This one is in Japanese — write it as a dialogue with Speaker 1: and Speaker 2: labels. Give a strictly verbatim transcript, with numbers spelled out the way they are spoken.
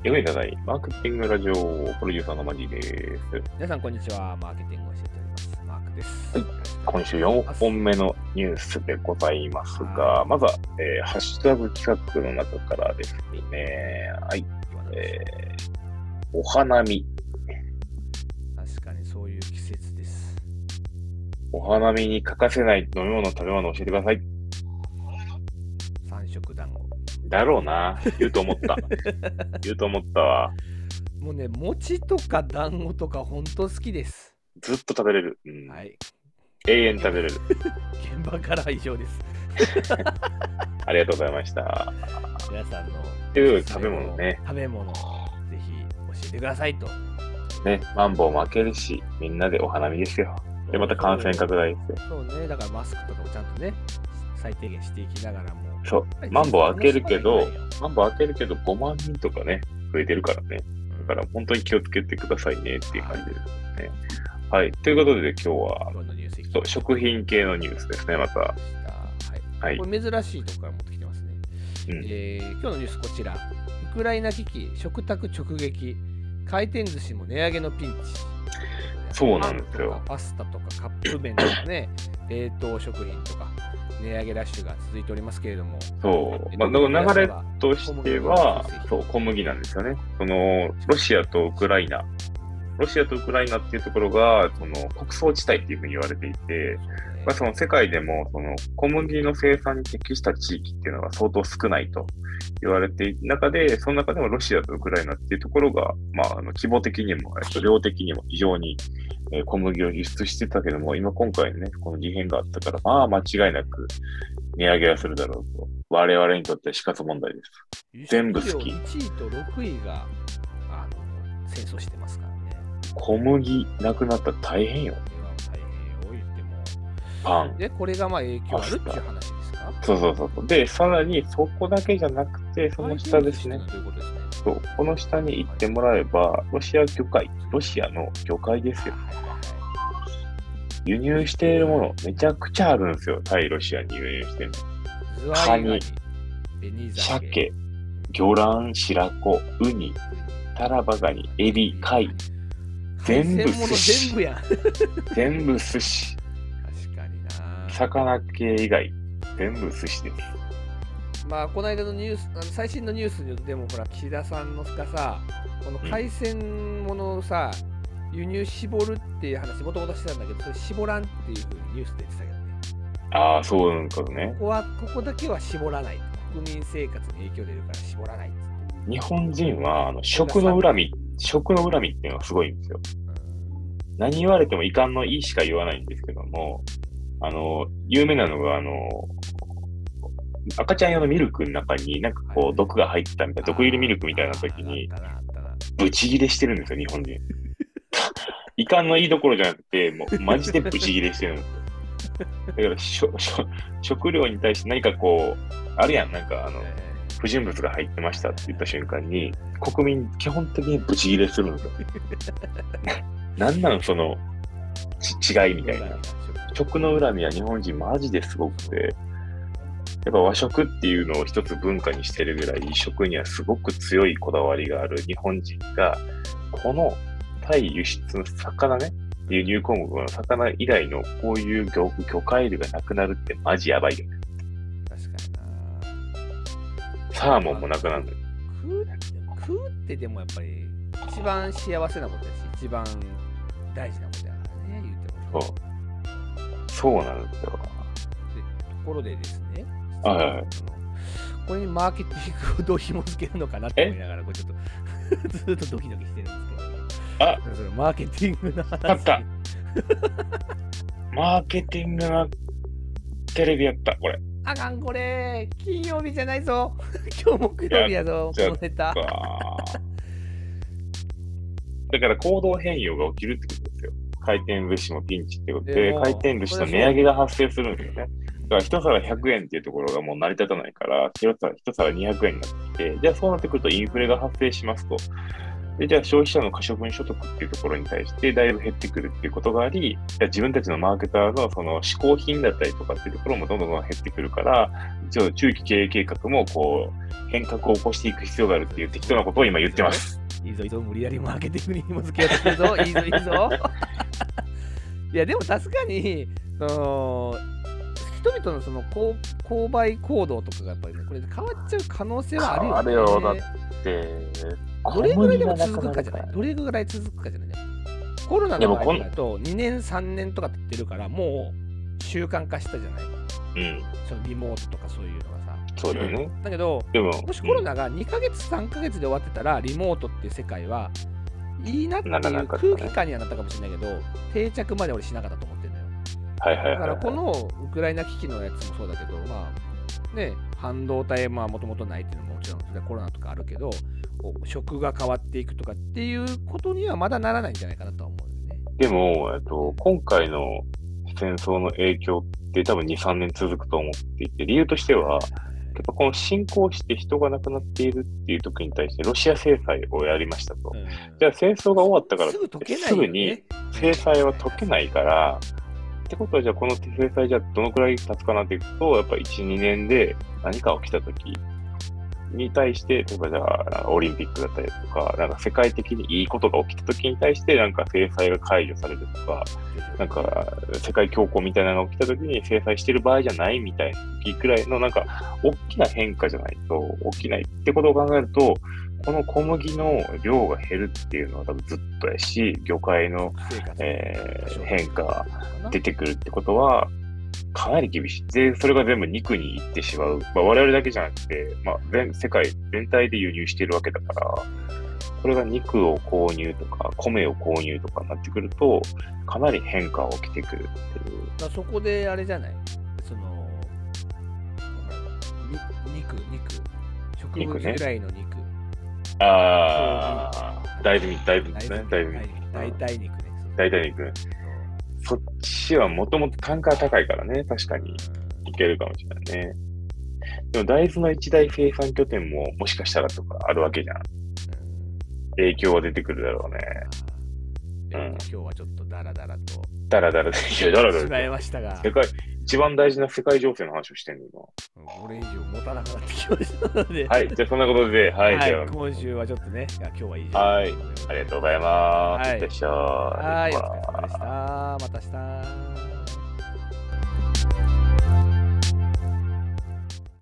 Speaker 1: エムエー ただいマーケティングラジオプロデューサーのマジです。
Speaker 2: 皆さんこんにちは。マーケティングを教えております。マークです。
Speaker 1: はい、今週よんほんめのニュースでございますが、まずは、えー、ハッシュタグ企画の中からですね。はい。えー、お花見。
Speaker 2: 確かにそういう季節です。
Speaker 1: お花見に欠かせない飲み物、食べ物を教えてください。
Speaker 2: 三色団子。
Speaker 1: だろうな。言うと思った。言うと思ったわ。
Speaker 2: もうね、餅とか団子とか本当好きです。
Speaker 1: ずっと食べれる。うん、
Speaker 2: はい。
Speaker 1: 永遠食べれる。
Speaker 2: 現場からは以上です。
Speaker 1: ありがとうございました。
Speaker 2: 皆さんの
Speaker 1: 食べ物ね。
Speaker 2: 食べ物をぜひ教えてくださいと。
Speaker 1: ね、マンボウも開けるし、みんなでお花見ですよ。で、また感染拡大です
Speaker 2: よ。そうね、だからマスクとかもちゃんとね、最低限していきながらも。
Speaker 1: そう、マンボウ開けるけど、マンボウ開けるけどごまんにんとかね、増えてるからね。だから本当に気をつけてくださいねっていう感じですね。はい。ということで今日は、そう食品系のニュースですね、また。はい。
Speaker 2: はい、これ珍しいところから持ってきてますね。うん、えー、今日のニュースこちら。ウクライナ危機、食卓直撃、回転寿司も値上げのピンチ。
Speaker 1: そうなんですよ。
Speaker 2: パスタとかカップ麺とかね、冷凍食品とか。値上げラッシュが続いておりますけれども、
Speaker 1: そう、まあ、流れとしては、そう、小麦なんですよね。その、ロシアとウクライナ、ロシアとウクライナっていうところが、その、穀倉地帯っていうふうに言われていて、まあ、その世界でも、その、小麦の生産に適した地域っていうのが相当少ないと言われている中で、その中でもロシアとウクライナっていうところが、まあ、あの規模的にも、えっと、量的にも非常に、えー、小麦を輸出してたけども、今今回ね、この事変があったから、まあ間違いなく値上げはするだろうと。我々にとっては死活問題です。全部好き。
Speaker 2: いちいとろくいがあの戦争してますからね。
Speaker 1: 小麦なくなったら大変よ。
Speaker 2: 大変よ、言っても。
Speaker 1: パン。
Speaker 2: で、これがまあ影響あるっていう話ですか？
Speaker 1: そうそうそう。で、さらにそこだけじゃなくて、その下ですね。
Speaker 2: ということですね。
Speaker 1: そう、この下に行ってもらえば、ロシア魚介、ロシアの魚介ですよ。輸入しているもの、めちゃくちゃあるんですよ。対ロシアに輸入してるの。カニ、鮭、魚卵、白子、ウニ、タラバガニ、エビ、貝。全部寿司。
Speaker 2: 全部やん。
Speaker 1: 全部寿司。
Speaker 2: 確かにな。
Speaker 1: 魚系以外、全部寿司です。
Speaker 2: まあ、この間のニュース、あの最新のニュースでも、ほら、岸田さんのがさ、この海鮮ものをさ、うん、輸入絞るっていう話、もともとしてたんだけど、それ絞らんっていうふうにニュースで言ってたけどね。
Speaker 1: ああ、そうなんかね。
Speaker 2: ここは、ここだけは絞らない。国民生活に影響出るから絞らないっつ
Speaker 1: って。日本人は、あの食の恨み、食の恨みっていうのがすごいんですよ。うん、何言われても遺憾のいいしか言わないんですけども、あの、有名なのが、あの、赤ちゃん用のミルクの中になんかこう毒が入ってたみたいな、毒入りミルクみたいな時にブチギレしてるんですよ、日本人。遺憾のいいどころじゃなくて、もうマジでブチギレしてるんですよ。だからしょしょ食料に対して何かこう、あるやん、なんかあの、不純物が入ってましたって言った瞬間に、国民基本的にブチギレするんですよ。なんなんそのち違いみたいな。食の恨みは日本人マジですごくて、やっぱ和食っていうのを一つ文化にしてるぐらい食にはすごく強いこだわりがある日本人が、この対輸出の魚ね、輸入項目の魚以外のこういう 魚, 魚介類がなくなるってマジやばいよね。
Speaker 2: 確かにな。
Speaker 1: サーモンもなくなるのよ。
Speaker 2: 食う、食うってでもやっぱり一番幸せなことだし、一番大事なことだからね、言っても。
Speaker 1: そう。そうなんですよ。
Speaker 2: で、ところでですね。
Speaker 1: はいはいはい、
Speaker 2: これにマーケティングをどう紐付けるのかなって思いながら、これちょっとずっとドキドキしてるんですけど、
Speaker 1: あ、
Speaker 2: それマーケティングの話。
Speaker 1: あった。マーケティングのテレビやった、これ。
Speaker 2: あかん、これ、金曜日じゃないぞ。今日木曜日やぞ、このネタ。
Speaker 1: だから行動変容が起きるってことですよ。回転寿司もピンチってことで、回転寿司の値上げが発生するんですよね。だから一皿ひゃくえんっていうところがもう成り立たないから、一皿、一皿にひゃくえんになってきて、じゃあそうなってくるとインフレが発生しますと。 で、じゃあ消費者の可処分所得っていうところに対してだいぶ減ってくるっていうことがあり、じゃあ自分たちのマーケターのその嗜好品だったりとかっていうところもどんどんどんどん減ってくるから、一応中期経営計画もこう変革を起こしていく必要があるっていう適当なことを今言ってます。
Speaker 2: いいぞいいぞ、無理やりマーケティングに紐付けようとしてるぞ、いいぞいいぞ。いやでも確かにその人々のその購購買行動とかがやっぱりね、これで変わっちゃう可能性はあるよね。
Speaker 1: あるよ、だって
Speaker 2: どれぐらいでも続くかじゃない。どれぐらい続くかじゃない。コロナの場合だとにねんさんねんとか経ってるからもう習慣化したじゃない。うん。そのリモートとかそういうのがさ。
Speaker 1: そうだよね。
Speaker 2: だけど、でももしコロナがにかげつさんかげつで終わってたら、リモートっていう世界はいいなっていう空気感にはなったかもしれないけど、定着まで俺しなかったと思ってるのよ。
Speaker 1: はいはいはい、はい。
Speaker 2: だからこのウクライナ危機のやつもそうだけど、まあね、半導体はもともとないっていうのももちろんそれはコロナとかあるけど、食が変わっていくとかっていうことにはまだならないんじゃないかなとは思うんだよね。
Speaker 1: でも、えっと、今回の戦争の影響って多分に、さんねん続くと思っていて、理由としては、やっぱこの侵攻して人が亡くなっているっていう時に対してロシア制裁をやりましたと。うん、じゃあ戦争が終わったからってすぐに制裁は解けないから、ってことはじゃあこの制裁じゃどのくらい経つかなっていくと、やっぱいち、にねんで何か起きた時に対して、例えばじゃあオリンピックだったりとか、なんか世界的にいいことが起きた時に対してなんか制裁が解除されるとか、なんか世界恐慌みたいなのが起きた時に制裁してる場合じゃないみたいな時くらいのなんか大きな変化じゃないと起きないってことを考えると、この小麦の量が減るっていうのは多分ずっとやし、魚介の、えー、変化が出てくるってことは、かなり厳しい。で、それが全部肉に行ってしまう。まあ、我々だけじゃなくて、まあ、全世界全体で輸入しているわけだから、これが肉を購入とか、米を購入とかになってくると、かなり変化が起きてくるっていう。
Speaker 2: だそこであれじゃない、その、肉、肉、植物由来の肉。ね、
Speaker 1: ああ、大豆肉、大豆肉ね。大豆肉。
Speaker 2: 代替肉ね。
Speaker 1: 代替肉。そっちはもともと単価高いからね、確かにいけるかもしれないね。でも大豆の一大生産拠点ももしかしたらとかあるわけじゃん。影響は出てくるだろうね。
Speaker 2: うん、今日はちょっとダラダラと。
Speaker 1: ダラダラで、いや、ダラダラ。
Speaker 2: しまいましたが。
Speaker 1: 世界、一番大事な世界情勢の話をしてんの、
Speaker 2: 今。これ以上持たなくなってきましたので。
Speaker 1: はい、じゃあそんなことで、はい、
Speaker 2: はい、
Speaker 1: じゃあ。
Speaker 2: 今週はちょっとね、今日は以上。
Speaker 1: はい、ありがとうございます。
Speaker 2: はい、
Speaker 1: いってらっしゃい。
Speaker 2: はい、お疲れ様でした。また明日。